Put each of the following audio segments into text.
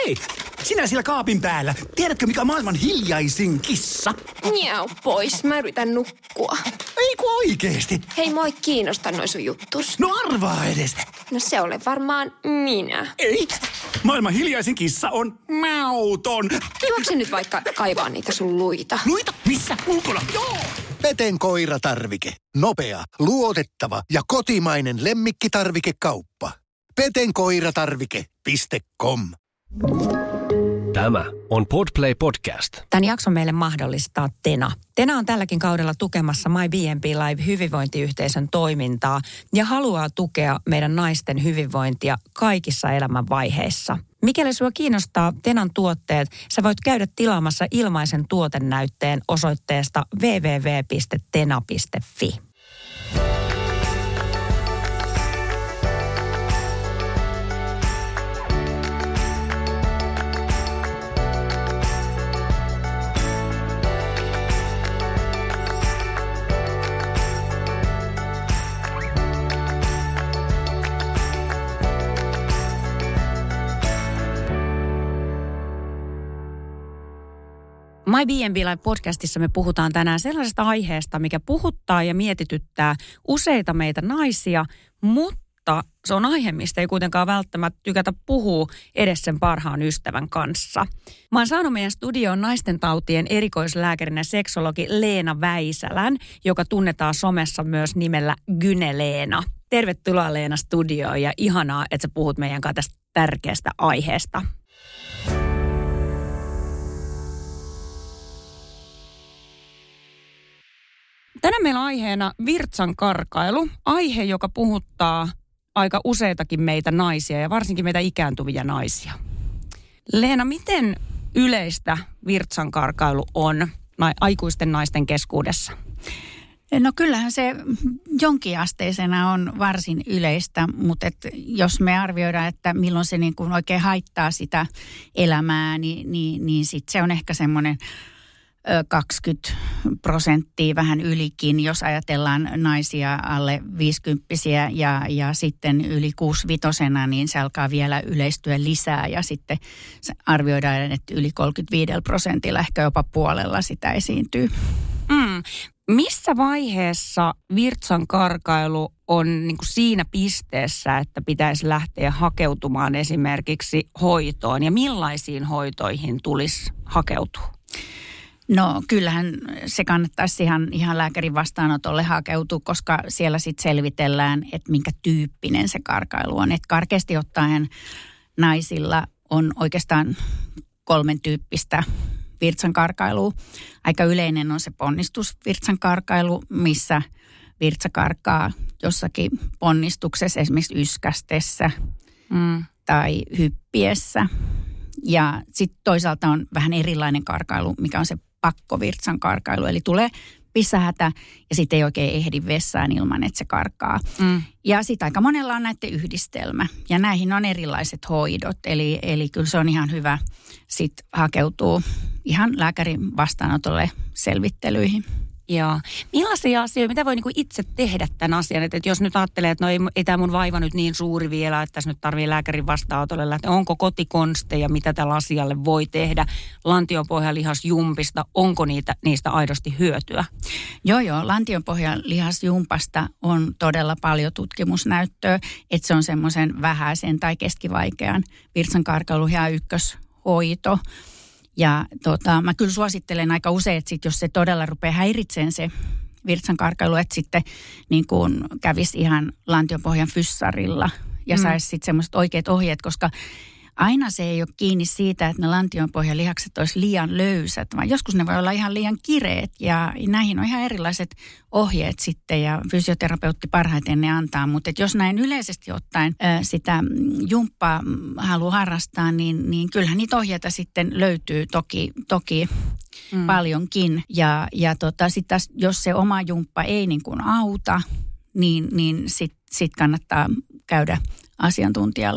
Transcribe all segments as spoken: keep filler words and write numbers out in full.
Hei, sinä siellä kaapin päällä. Tiedätkö, mikä on maailman hiljaisin kissa? Miau pois, mä yritän nukkua. Ei kun oikeesti. Hei, moi kiinnosta noi sun juttus. No arvaa edes. No se ole varmaan minä. Ei. Maailman hiljaisin kissa on mauton. Juokse nyt vaikka kaivaa niitä sun luita. Luita? Missä? Ulkona? Joo! Peten koiratarvike. Nopea, luotettava ja kotimainen lemmikkitarvikekauppa. peten koiratarvike piste com. Tämä on Podplay Podcast. Tämän jakson meille mahdollistaa Tena. Tena on tälläkin kaudella tukemassa My B and B Live hyvinvointiyhteisön toimintaa ja haluaa tukea meidän naisten hyvinvointia kaikissa elämänvaiheissa. Mikäli sua kiinnostaa Tenan tuotteet, sä voit käydä tilaamassa ilmaisen tuotennäytteen osoitteesta double-u double-u double-u piste tena piste fi. My B and B Live podcastissa me puhutaan tänään sellaisesta aiheesta, mikä puhuttaa ja mietityttää useita meitä naisia, mutta se on aihe, mistä ei kuitenkaan välttämättä tykätä puhua edes sen parhaan ystävän kanssa. Mä oon saanut meidän studioon naistentautien erikoislääkärinä seksologi Leena Väisälän, joka tunnetaan somessa myös nimellä Gyne-Leena. Tervetuloa Leena studioon ja ihanaa, että sä puhut meidän kanssa tästä tärkeästä aiheesta. Tänään meillä on aiheena virtsan karkailu, aihe, joka puhuttaa aika useitakin meitä naisia ja varsinkin meitä ikääntuvia naisia. Leena, miten yleistä virtsan karkailu on aikuisten naisten keskuudessa? No kyllähän se jonkinasteisena on varsin yleistä, mutta et jos me arvioidaan, että milloin se niin kuin oikein haittaa sitä elämää, niin, niin, niin sitten se on ehkä semmoinen kaksikymmentä prosenttia vähän ylikin, jos ajatellaan naisia alle viisikymppisiä ja, ja sitten yli kuusikymmentäviitosena, niin se alkaa vielä yleistyä lisää ja sitten arvioidaan, että yli kolmekymmentäviisi prosentilla, ehkä jopa puolella sitä esiintyy. Mm. Missä vaiheessa virtsan karkailu on niin kuin siinä pisteessä, että pitäisi lähteä hakeutumaan esimerkiksi hoitoon ja millaisiin hoitoihin tulisi hakeutua? No kyllähän se kannattaisi ihan, ihan lääkärin vastaanotolle hakeutua, koska siellä sitten selvitellään, että minkä tyyppinen se karkailu on. Että karkeasti ottaen naisilla on oikeastaan kolmen tyyppistä virtsan karkailua. Aika yleinen on se ponnistusvirtsan karkailu, missä virtsa karkaa jossakin ponnistuksessa, esimerkiksi yskästessä mm. tai hyppiessä. Ja sitten toisaalta on vähän erilainen karkailu, mikä on se pakkovirtsan karkailu. Eli tulee pissähätä ja sitten ei oikein ehdi vessaan ilman, että se karkaa. Mm. Ja sitten aika monella on näiden yhdistelmä. Ja näihin on erilaiset hoidot. Eli, eli kyllä se on ihan hyvä sitten hakeutua ihan lääkärin vastaanotolle selvittelyihin. Joo. Millaisia asioita, mitä voi niinku itse tehdä tämän asian? Että jos nyt ajattelee, että no ei, ei tämä mun vaiva nyt niin suuri vielä, että tässä nyt tarvii lääkärin vastaanotolle lähteä. Onko kotikonsteja, mitä tällä asialle voi tehdä? Lantionpohjalihasjumpista, onko niitä, niistä aidosti hyötyä? Joo, joo. Lantionpohjalihasjumpasta on todella paljon tutkimusnäyttöä, että se on semmoisen vähäisen tai keskivaikean virtsankarkailun ihan ykköshoito. Ja tota, mä kyllä suosittelen aika usein, että sit, jos se todella rupeaa häiritsemään se virtsankarkailu, että sitten niin kuin kävisi ihan lantionpohjan fyssarilla ja mm. saisi sitten semmoiset oikeat ohjeet, koska aina se ei ole kiinni siitä, että ne lantionpohjan lihakset olisi liian löysät, vaan joskus ne voi olla ihan liian kireet ja näihin on ihan erilaiset ohjeet sitten ja fysioterapeutti parhaiten ne antaa. Mutta jos näin yleisesti ottaen sitä jumppaa haluaa harrastaa, niin, niin kyllähän niitä ohjeita sitten löytyy toki, toki mm. paljonkin. Ja, ja tota, sitten jos se oma jumppa ei niin kuin auta, niin, niin sitten sit kannattaa käydä asiantuntijalla.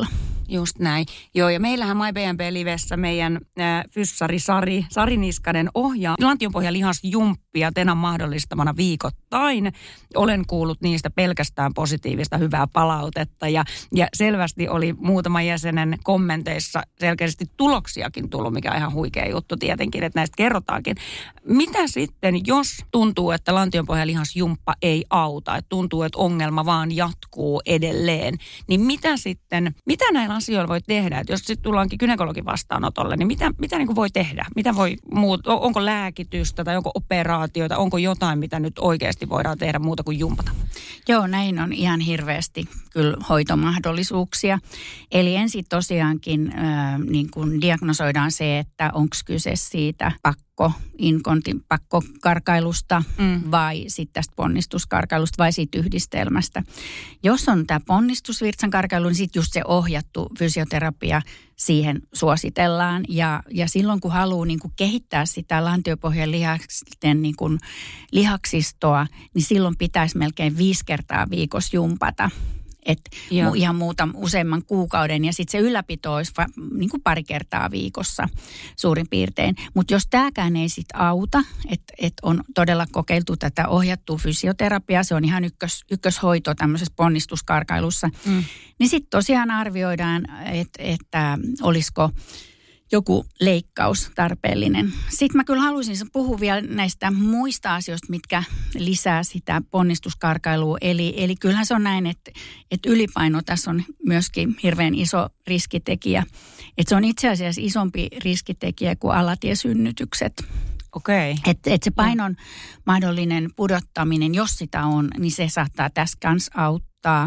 just näin. Joo, ja meillähän My B and B Livessä meidän äh, fyssari Sari, Sari Niskanen ohjaa lantionpohjan lihasjumppia Tenan mahdollistamana viikoittain. Olen kuullut niistä pelkästään positiivista hyvää palautetta ja, ja selvästi oli muutaman jäsenen kommenteissa selkeästi tuloksiakin tullut, mikä on ihan huikea juttu tietenkin, että näistä kerrotaankin. Mitä sitten, jos tuntuu, että lantionpohjan lihasjumppa ei auta, että tuntuu, että ongelma vaan jatkuu edelleen, niin mitä sitten, mitä näillä asioilla voi tehdä? Että jos sitten tullaankin gynekologin vastaanotolle, niin mitä, mitä niin kuin voi tehdä? Mitä voi muut, onko lääkitystä tai onko operaatioita, onko jotain, mitä nyt oikeasti voidaan tehdä muuta kuin jumpata? Joo, näin on ihan hirveästi kyllä hoitomahdollisuuksia. Eli ensin tosiaankin äh, niin kuin diagnosoidaan se, että onko kyse siitä pakko, inkontin pakkokarkailusta mm. vai sitten tästä ponnistuskarkailusta vai siitä yhdistelmästä. Jos on tämä ponnistusvirtsankarkailu, niin sitten just se ohjattu fysioterapia siihen suositellaan. Ja, ja silloin kun haluaa niin kuin kehittää sitä lantiopohjan lihasten niin kuin lihaksistoa, niin silloin pitäisi melkein viisi kertaa viikossa jumpata. Että ihan muuta useamman kuukauden ja sitten se ylläpito olisi va, niin kuin pari kertaa viikossa suurin piirtein. Mutta jos tämäkään ei sitten auta, että et on todella kokeiltu tätä ohjattua fysioterapiaa, se on ihan ykkös, ykköshoito tämmöisessä ponnistuskarkailussa, mm. niin sitten tosiaan arvioidaan, et, että olisiko joku leikkaus tarpeellinen. Sitten mä kyllä haluaisin puhua vielä näistä muista asioista, mitkä lisää sitä ponnistuskarkailua. Eli, eli kyllähän se on näin, että, että ylipaino tässä on myöskin hirveän iso riskitekijä. Että se on itse asiassa isompi riskitekijä kuin alatiesynnytykset. Okei. Että et se painon mahdollinen pudottaminen, jos sitä on, niin se saattaa tässä kanssa auttaa.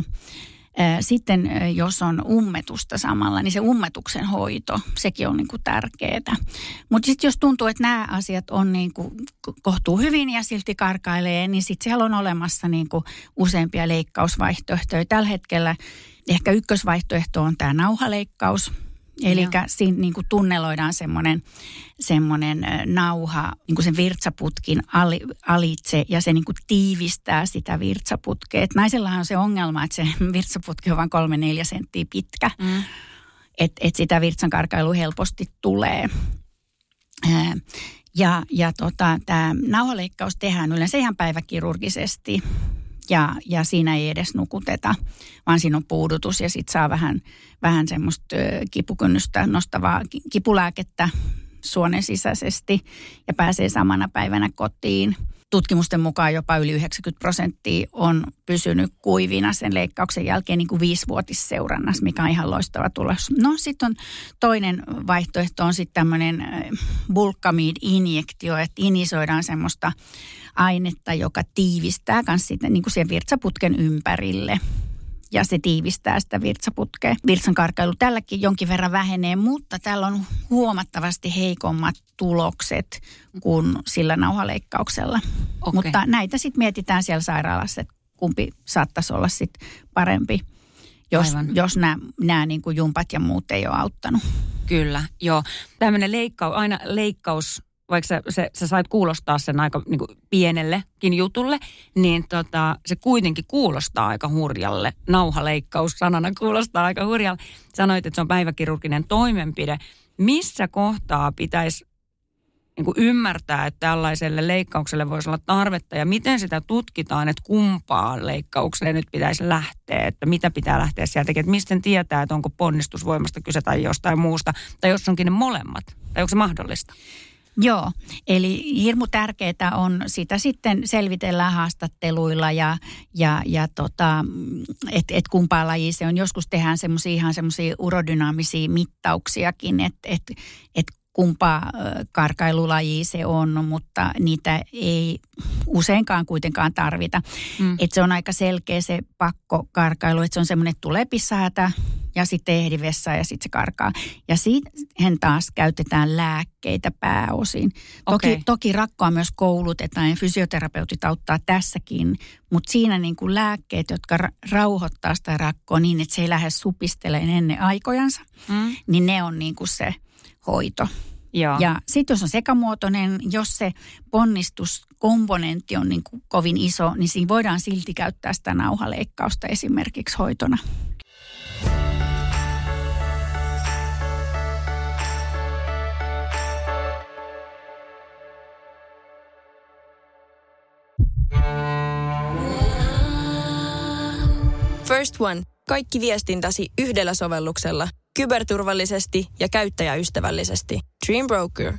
Sitten jos on ummetusta samalla, niin se ummetuksen hoito, sekin on niin kuin tärkeää. Mutta sitten jos tuntuu, että nämä asiat on niin kuin kohtuu hyvin ja silti karkailee, niin sitten siellä on olemassa niin kuin useampia leikkausvaihtoehtoja. Tällä hetkellä ehkä ykkösvaihtoehto on tämä nauhaleikkaus. Eli siinä niin kuin tunneloidaan semmoinen, semmoinen nauha niin kuin sen virtsaputkin ali, alitse ja se niin kuin tiivistää sitä virtsaputkea. Et naisellahan on se ongelma, että se virtsaputki on vain kolme neljä senttiä pitkä. Mm. Että et sitä virtsankarkailua helposti tulee. Ää, ja ja tota, tämä nauhaleikkaus tehdään yleensä ihan päiväkirurgisesti. Ja, ja siinä ei edes nukuteta, vaan siinä on puudutus ja sitten saa vähän, vähän semmoista kipukynnystä nostavaa kipulääkettä suonen sisäisesti ja pääsee samana päivänä kotiin. Tutkimusten mukaan jopa yli yhdeksänkymmentä prosenttia on pysynyt kuivina sen leikkauksen jälkeen niin kuin viisivuotisseurannassa, mikä on ihan loistava tulos. No sitten on toinen vaihtoehto on sitten tämmöinen Bulkamid-injektio, että inisoidaan semmoista ainetta, joka tiivistää myös sitten niin kuin sen virtsaputken ympärille. Ja se tiivistää sitä virtsaputkea. Virtsankarkailu tälläkin jonkin verran vähenee, mutta tällä on huomattavasti heikommat tulokset kuin sillä nauhaleikkauksella. Okay. Mutta näitä sitten mietitään siellä sairaalassa, että kumpi saattaisi olla sitten parempi, jos, jos nämä, nämä niin kuin jumpat ja muut ei ole auttanut. Kyllä, joo. Tämmöinen leikkaus, aina leikkaus, vaikka sä, sä, sä sait kuulostaa sen aika niin kuin pienellekin jutulle, niin tota, se kuitenkin kuulostaa aika hurjalle. Nauhaleikkaus sanana kuulostaa aika hurjalle. Sanoit, että se on päiväkirurginen toimenpide. Missä kohtaa pitäisi niin kuin ymmärtää, että tällaiselle leikkaukselle voisi olla tarvetta ja miten sitä tutkitaan, että kumpaan leikkaukselle nyt pitäisi lähteä, että mitä pitää lähteä sieltä tekemään, että mistä tietää, että onko ponnistusvoimasta kyse tai jostain muusta, tai jos onkin ne molemmat, tai onko se mahdollista? Joo, eli hirmu tärkeää on sitä sitten selvitellään haastatteluilla ja, ja, ja tota, että et kumpaa lajia se on. Joskus tehdään semmoisia ihan semmoisia urodynaamisia mittauksiakin, että et, et kumpaa karkailulajia se on, mutta niitä ei useinkaan kuitenkaan tarvita. Mm. Että se on aika selkeä se pakkokarkailu, että se on semmoinen, että tulee pissahätä ja sitten ehdi vessaan ja sitten se karkaa. Ja siihen taas käytetään lääkkeitä pääosin. Toki, okay. toki rakkoa myös koulutetaan ja fysioterapeutit auttaa tässäkin, mutta siinä niin kuin lääkkeet, jotka rauhoittaa sitä rakkoa niin, että se ei lähde supistelemaan ennen aikojansa, mm. niin ne on niin kuin se hoito. Joo. Ja sitten jos on sekamuotoinen, jos se ponnistuskomponentti on niin kuin kovin iso, niin siinä voidaan silti käyttää sitä nauhaleikkausta esimerkiksi hoitona. First One. Kaikki viestintäsi yhdellä sovelluksella. Kyberturvallisesti ja käyttäjäystävällisesti. Dream Broker.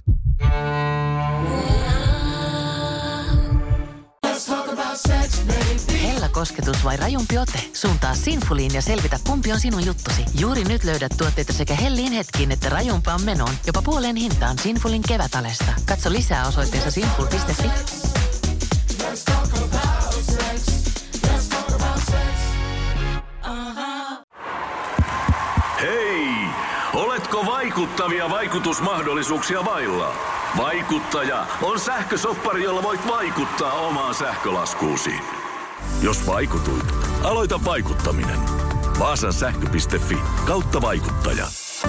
Hellä kosketus vai rajumpi ote? Suuntaa Sinfuliin ja selvitä, kumpi on sinun juttusi. Juuri nyt löydät tuotteita sekä helliin hetkiin että rajumpaan menoon. Jopa puoleen hintaan Sinfulin kevätalesta. Katso lisää osoitteessa sinful piste fi. Hei! Oletko vaikuttavia vaikutusmahdollisuuksia vailla? Vaikuttaja on sähkösoppari, jolla voit vaikuttaa omaan sähkölaskuusi. Jos vaikutuit, aloita vaikuttaminen. Vaasan sähkö piste fi kautta vaikuttaja.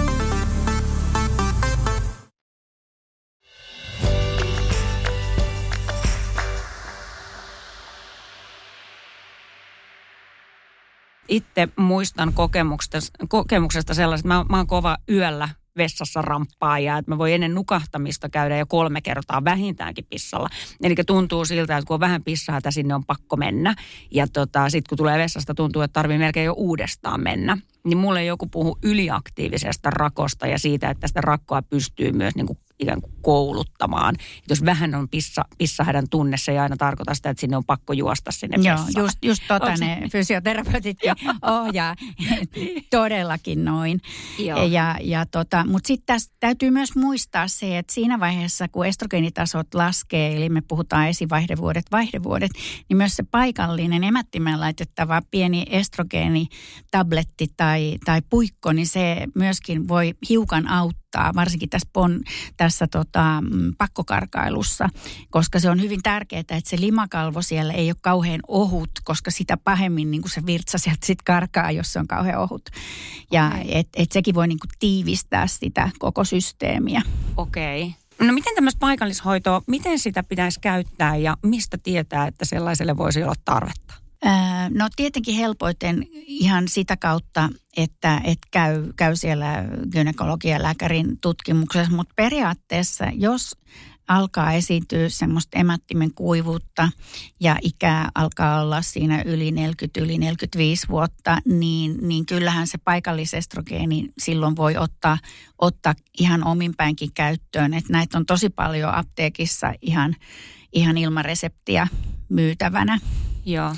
Itse muistan kokemuksesta, kokemuksesta sellaista, että mä, mä oon kova yöllä vessassa ramppaaja, että mä voin ennen nukahtamista käydä jo kolme kertaa vähintäänkin pissalla. Eli tuntuu siltä, että kun on vähän pissahätä, sinne on pakko mennä. Ja tota, sitten kun tulee vessasta, tuntuu, että tarvii melkein jo uudestaan mennä. Niin mulle joku puhuu yliaktiivisesta rakosta ja siitä, että sitä rakkoa pystyy myös niin kuin ikään kuin kouluttamaan. Et jos vähän on pissa, pissahädän tunne, se ei aina tarkoita sitä, että sinne on pakko juosta sinne vessaan. Joo, just, just tota ne fysioterapeutit ohjaa. Todellakin noin. Ja, ja tota, mutta sitten tässä täytyy myös muistaa se, että siinä vaiheessa, kun estrogeenitasot laskee, eli me puhutaan esivaihdevuodet, vaihdevuodet, niin myös se paikallinen emättimeen laitettava pieni estrogeenitabletti tai, tai puikko, niin se myöskin voi hiukan auttaa. Varsinkin tässä, pon, tässä tota, pakkokarkailussa, koska se on hyvin tärkeää, että se limakalvo siellä ei ole kauhean ohut, koska sitä pahemmin niin kuin se virtsa sieltä sitten karkaa, jos se on kauhean ohut. Ja okay. et, et sekin voi niin kuin tiivistää sitä koko systeemiä. Okei. Okay. No miten tämmöistä paikallishoitoa, miten sitä pitäisi käyttää ja mistä tietää, että sellaiselle voisi olla tarvetta? No tietenkin helpoiten ihan sitä kautta, että et käy, käy siellä gynekologian lääkärin tutkimuksessa, mutta periaatteessa jos alkaa esiintyä semmoista emättimen kuivuutta ja ikää alkaa olla siinä yli neljäkymmentä, yli neljäkymmentäviisi vuotta, niin, niin kyllähän se paikallisestrogeeni silloin voi ottaa, ottaa ihan ominpäinkin käyttöön. Että näitä on tosi paljon apteekissa ihan, ihan ilman reseptiä myytävänä. Joo.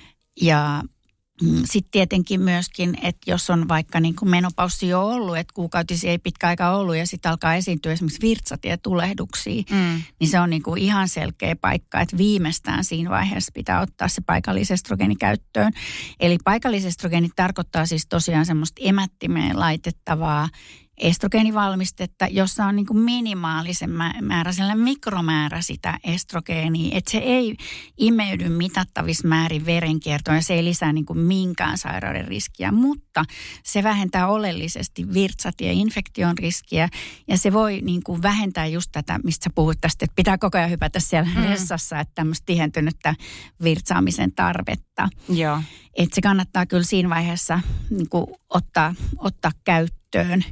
Ja sitten tietenkin myöskin, että jos on vaikka niin kuin menopaussi jo ollut, että kuukautisia ei pitkä aika ollut ja sitten alkaa esiintyä esimerkiksi virtsatietulehduksia, mm. niin se on niin kuin ihan selkeä paikka, että viimeistään siinä vaiheessa pitää ottaa se paikallisestrogeeni käyttöön. Eli paikallisestrogeeni tarkoittaa siis tosiaan semmoista emättimeen laitettavaa estrogeenivalmistetta, jossa on niin kuin minimaalisen määrä, sellainen mikromäärä sitä estrogeenia, että se ei imeydy mitattavissa määrin verenkiertoon ja se ei lisää niin kuin minkään sairauden riskiä, mutta se vähentää oleellisesti virtsatieinfektion riskiä ja se voi niin kuin vähentää just tätä, mistä sä puhut tästä, että pitää koko ajan hypätä siellä mm. vessassa, että tämmöistä tihentynyttä virtsaamisen tarvetta. Joo. Että se kannattaa kyllä siinä vaiheessa niin kuin ottaa, ottaa käyttöön.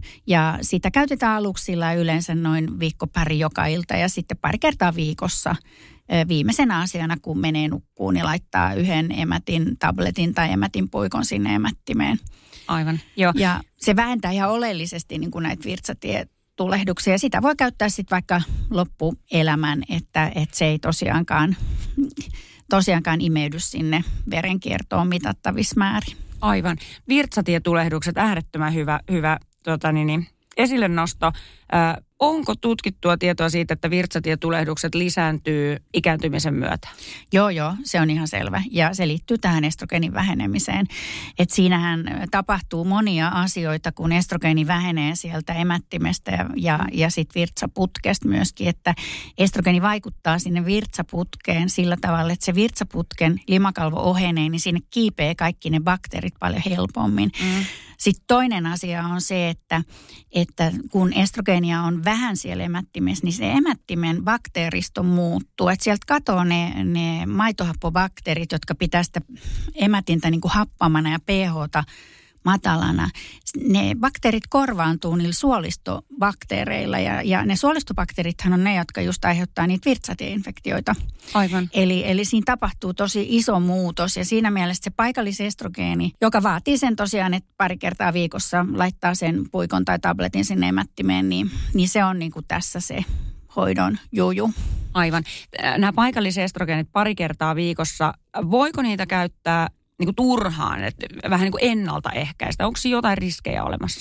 Ja sitä käytetään aluksilla yleensä noin viikko pari joka ilta ja sitten pari kertaa viikossa viimeisenä asiana, kun menee nukkuun, niin laittaa yhden emätin tabletin tai emätin puikon sinne emättimeen. Aivan, joo. Ja se vähentää ihan oleellisesti niin kuin näitä virtsatietulehduksia. Sitä voi käyttää sitten vaikka loppuelämän, että, että se ei tosiaankaan, tosiaankaan imeydy sinne verenkiertoon mitattavissa määrin. Aivan. Virtsatietulehdukset, äärettömän hyvä, hyvä tota niin, esille nosto. Ö, onko tutkittua tietoa siitä, että virtsatietulehdukset lisääntyy ikääntymisen myötä? Joo, joo, se on ihan selvä. Ja se liittyy tähän estrogeenin vähenemiseen. Että siinähän tapahtuu monia asioita, kun estrogeeni vähenee sieltä emättimestä ja, ja, ja sitten virtsaputkesta myöskin. Että estrogeeni vaikuttaa sinne virtsaputkeen sillä tavalla, että se virtsaputken limakalvo ohenee, niin sinne kiipee kaikki ne bakteerit paljon helpommin. Mm. Sitten toinen asia on se, että, että kun estrogeenia on vähän siellä emättimessä, niin se emättimen bakteeristo muuttuu. Että sieltä katoaa ne, ne maitohappobakteerit, jotka pitää sitä emätintä niin kuin happamana ja pH:ta matalana. Ne bakteerit korvaantuu niillä suolistobakteereilla ja, ja ne suolistobakteerithan on ne, jotka just aiheuttaa niitä virtsatieinfektioita. Aivan. Eli, eli siinä tapahtuu tosi iso muutos ja siinä mielessä se paikallisestrogeeni, joka vaatii sen tosiaan, että pari kertaa viikossa laittaa sen puikon tai tabletin sinne emättimeen, niin, niin se on niin kuin tässä se hoidon juju. Aivan. Nämä paikallisestrogeenit pari kertaa viikossa, voiko niitä käyttää niin kuin turhaan, että vähän niin kuin ennaltaehkäistä? Onko siinä jotain riskejä olemassa?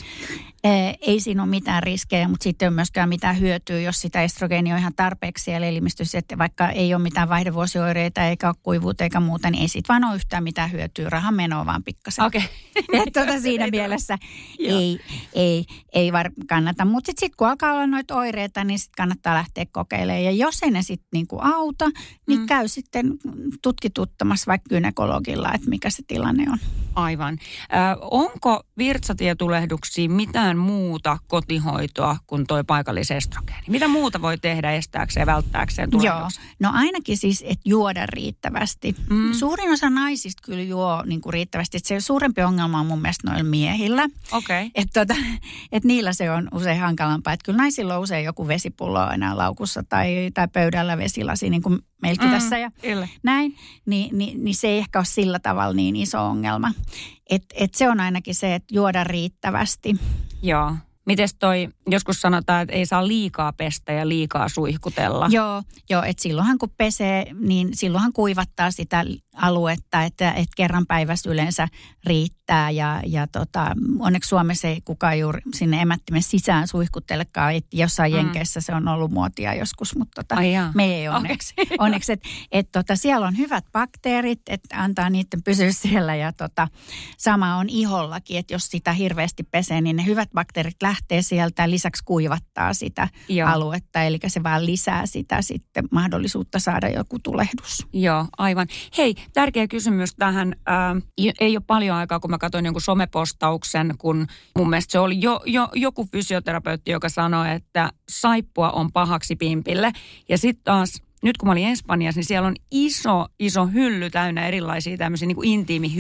Ei siinä ole mitään riskejä, mutta sitten ei ole myöskään mitään hyötyä, jos sitä estrogeenia on ihan tarpeeksi siellä elimistössä, että vaikka ei ole mitään vaihdevuosioireita eikä ole kuivuutta eikä muuta, niin ei siitä vaan ole yhtään mitään hyötyä. Rahan menoa vaan pikkasen. Okei. Okay. Tuota siinä mielessä ei, ei, ei var kannata. Mutta sitten sit, kun alkaa olla noita oireita, niin sitten kannattaa lähteä kokeilemaan. Ja jos ei ne sitten niinku auta, niin mm. käy sitten tutkituttamassa vaikka gynekologilla, että mikä se tilanne on. Aivan. Ö, onko virtsatietulehduksia mitään muuta kotihoitoa kuin toi paikallisestrogeeni? Mitä muuta voi tehdä estääkseen ja välttääkseen tulehduksia? Joo, no ainakin siis, että juoda riittävästi. Mm. Suurin osa naisista kyllä juo niin kuin riittävästi. Se suurempi ongelma on mun mielestä noilla miehillä. Okei. Okay. Että tota, et niillä se on usein hankalampaa. Että kyllä naisilla on usein joku vesipullo aina laukussa tai, tai pöydällä vesilasi, niin kuin meilläkin mm, tässä ja kyllä. näin. Ni, ni, niin se ei ehkä ole sillä tavalla niin iso ongelma. Että et se on ainakin se, että juoda riittävästi. Joo. Mites toi, joskus sanotaan, että ei saa liikaa pestä ja liikaa suihkutella. Joo, joo että silloinhan kun pesee, niin silloinhan kuivattaa sitä aluetta, että, että kerran päivässä yleensä riittää. Ja, ja tota, onneksi Suomessa ei kukaan juuri sinne emättimen sisään suihkuttelekaan. Että jossain mm. Jenkeissä se on ollut muotia joskus, mutta tota, me ei onneksi. Okay. Onneksi, että et, tota, siellä on hyvät bakteerit, että antaa niiden pysyä siellä. Ja tota, sama on ihollakin, että jos sitä hirveästi pesee, niin ne hyvät bakteerit lähtee sieltä, lisäksi kuivattaa sitä Joo. aluetta, eli se vaan lisää sitä sitten mahdollisuutta saada joku tulehdus. Joo, aivan. Hei, tärkeä kysymys tähän. Ää, ei ole paljon aikaa, kun mä katsoin jonkun somepostauksen, kun mun mielestä se oli jo, jo, joku fysioterapeutti, joka sanoi, että saippua on pahaksi pimpille. Ja sitten taas nyt kun mä olin Espanjassa, niin siellä on iso, iso hylly täynnä erilaisia tämmöisiä niin kuin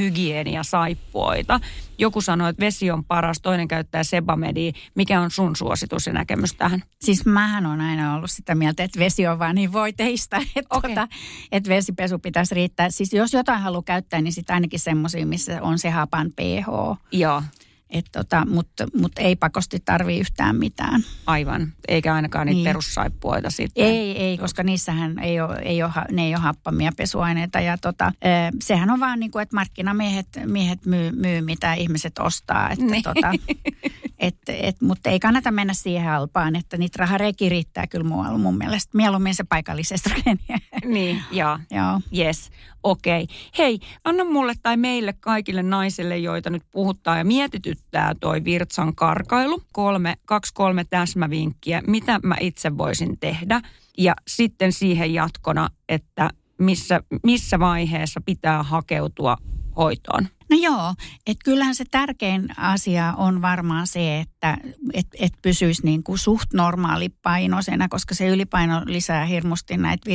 intiimihygienia-saippuoita. Joku sanoo, että vesi on paras, toinen käyttää Sebamedia. Mikä on sun suositus ja näkemys tähän? Siis mähän on aina ollut sitä mieltä, että vesi on vaan niin voiteista, että, okay. tota, että vesipesu pitäisi riittää. Siis jos jotain haluaa käyttää, niin sitten ainakin semmoisia, missä on se hapan pH. Joo. Tota, mutta mut ei pakosti tarvitse yhtään mitään. Aivan, eikä ainakaan niitä niin. perussaippuoita sitten. Ei, ei, koska niissähän ei ole, ei ole, ne ei ole happamia pesuaineita. Ja tota, sehän on vaan niin kuin, että markkinamiehet miehet myy, myy, mitä ihmiset ostaa. Että niin. tota, et, et, mutta ei kannata mennä siihen halpaan, että niitä rahareikiä riittää kyllä muualla mun mielestä. Mieluummin se paikallisestrogenia. Niin, joo. joo. Yes, okei. Okay. Hei, anna mulle tai meille kaikille naisille, joita nyt puhuttaa ja mietityttää toi virtsan karkailu. Kolme, kaksi kolme täsmävinkkiä, mitä mä itse voisin tehdä. Ja sitten siihen jatkona, että missä, missä vaiheessa pitää hakeutua hoitoon. No joo, että kyllähän se tärkein asia on varmaan se, että et, et pysyisi niin kuin suht normaalipainoisena, koska se ylipaino lisää hirmusti näitä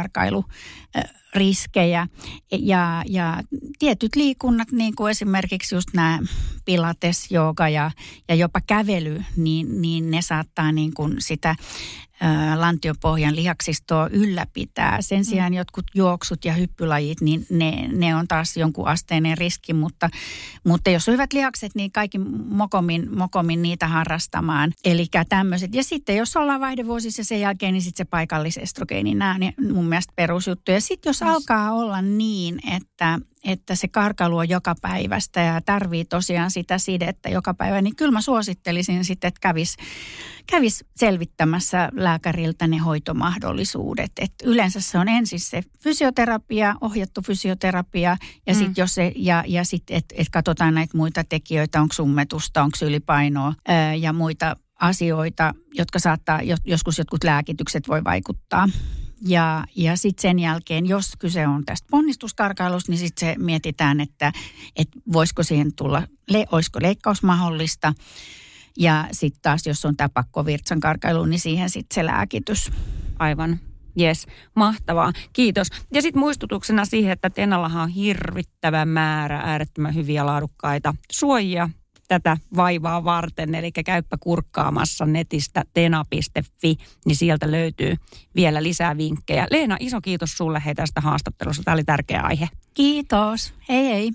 virtsankarkailuriskejä. Ja, ja tietyt liikunnat, niin kuin esimerkiksi just nämä pilates, jooga ja, ja jopa kävely, niin, niin ne saattaa niin kuin sitä lantiopohjan lihaksistoa ylläpitää. Sen sijaan mm. jotkut juoksut ja hyppylajit, niin ne, ne on taas jonkun asteinen riski, mutta, mutta jos on hyvät lihakset, niin kaikki mokomin, mokomin niitä harrastamaan. Eli tämmöiset. Ja sitten jos ollaan vaihdevuosissa sen jälkeen, niin sitten se paikallisestrogeeni, nämä on mun mielestä perusjuttu. Ja sitten jos alkaa olla niin, että että se karkailu on joka päivästä ja tarvii tosiaan sitä sidettä joka päivä, niin kyllä mä suosittelisin sitten, että kävisi kävis selvittämässä lääkäriltä ne hoitomahdollisuudet. Et yleensä se on ensin se fysioterapia, ohjattu fysioterapia ja sitten mm. jos se, ja, ja sitten, että et katsotaan näitä muita tekijöitä, onko summetusta, onko ylipainoa ää, ja muita asioita, jotka saattaa, joskus jotkut lääkitykset voi vaikuttaa. Ja, ja sitten sen jälkeen, jos kyse on tästä ponnistuskarkailusta, niin sitten se mietitään, että, että voisiko siihen tulla, le, olisiko leikkaus mahdollista. Ja sitten taas, jos on tämä pakkovirtsankarkailu, niin siihen sitten se lääkitys. Aivan. Jes, mahtavaa. Kiitos. Ja sitten muistutuksena siihen, että Tenallahan on hirvittävä määrä äärettömän hyviä laadukkaita suojia tätä vaivaa varten. Eli käyppä kurkkaamassa netistä tena piste fi, niin sieltä löytyy vielä lisää vinkkejä. Leena, iso kiitos sulle hei tästä haastattelusta. Tämä oli tärkeä aihe. Kiitos. Hei hei.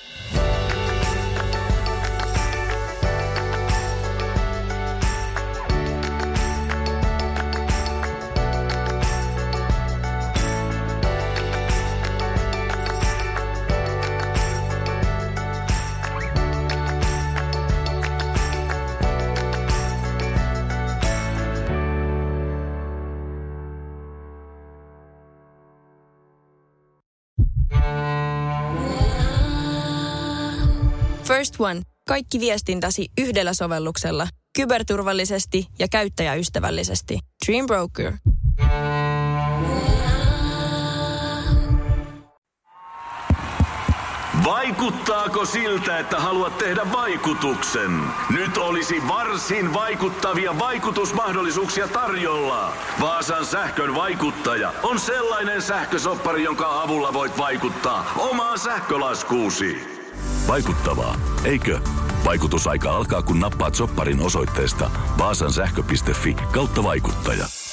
First One. Kaikki viestintäsi yhdellä sovelluksella. Kyberturvallisesti ja käyttäjäystävällisesti. Dream Broker. Vaikuttaako siltä, että haluat tehdä vaikutuksen? Nyt olisi varsin vaikuttavia vaikutusmahdollisuuksia tarjolla. Vaasan sähkön vaikuttaja on sellainen sähkösoppari, jonka avulla voit vaikuttaa omaan sähkölaskuusi. Vaikuttavaa, eikö? Vaikutusaika alkaa, kun nappaat sopparin osoitteesta vaasansähkö piste fi kautta vaikuttaja.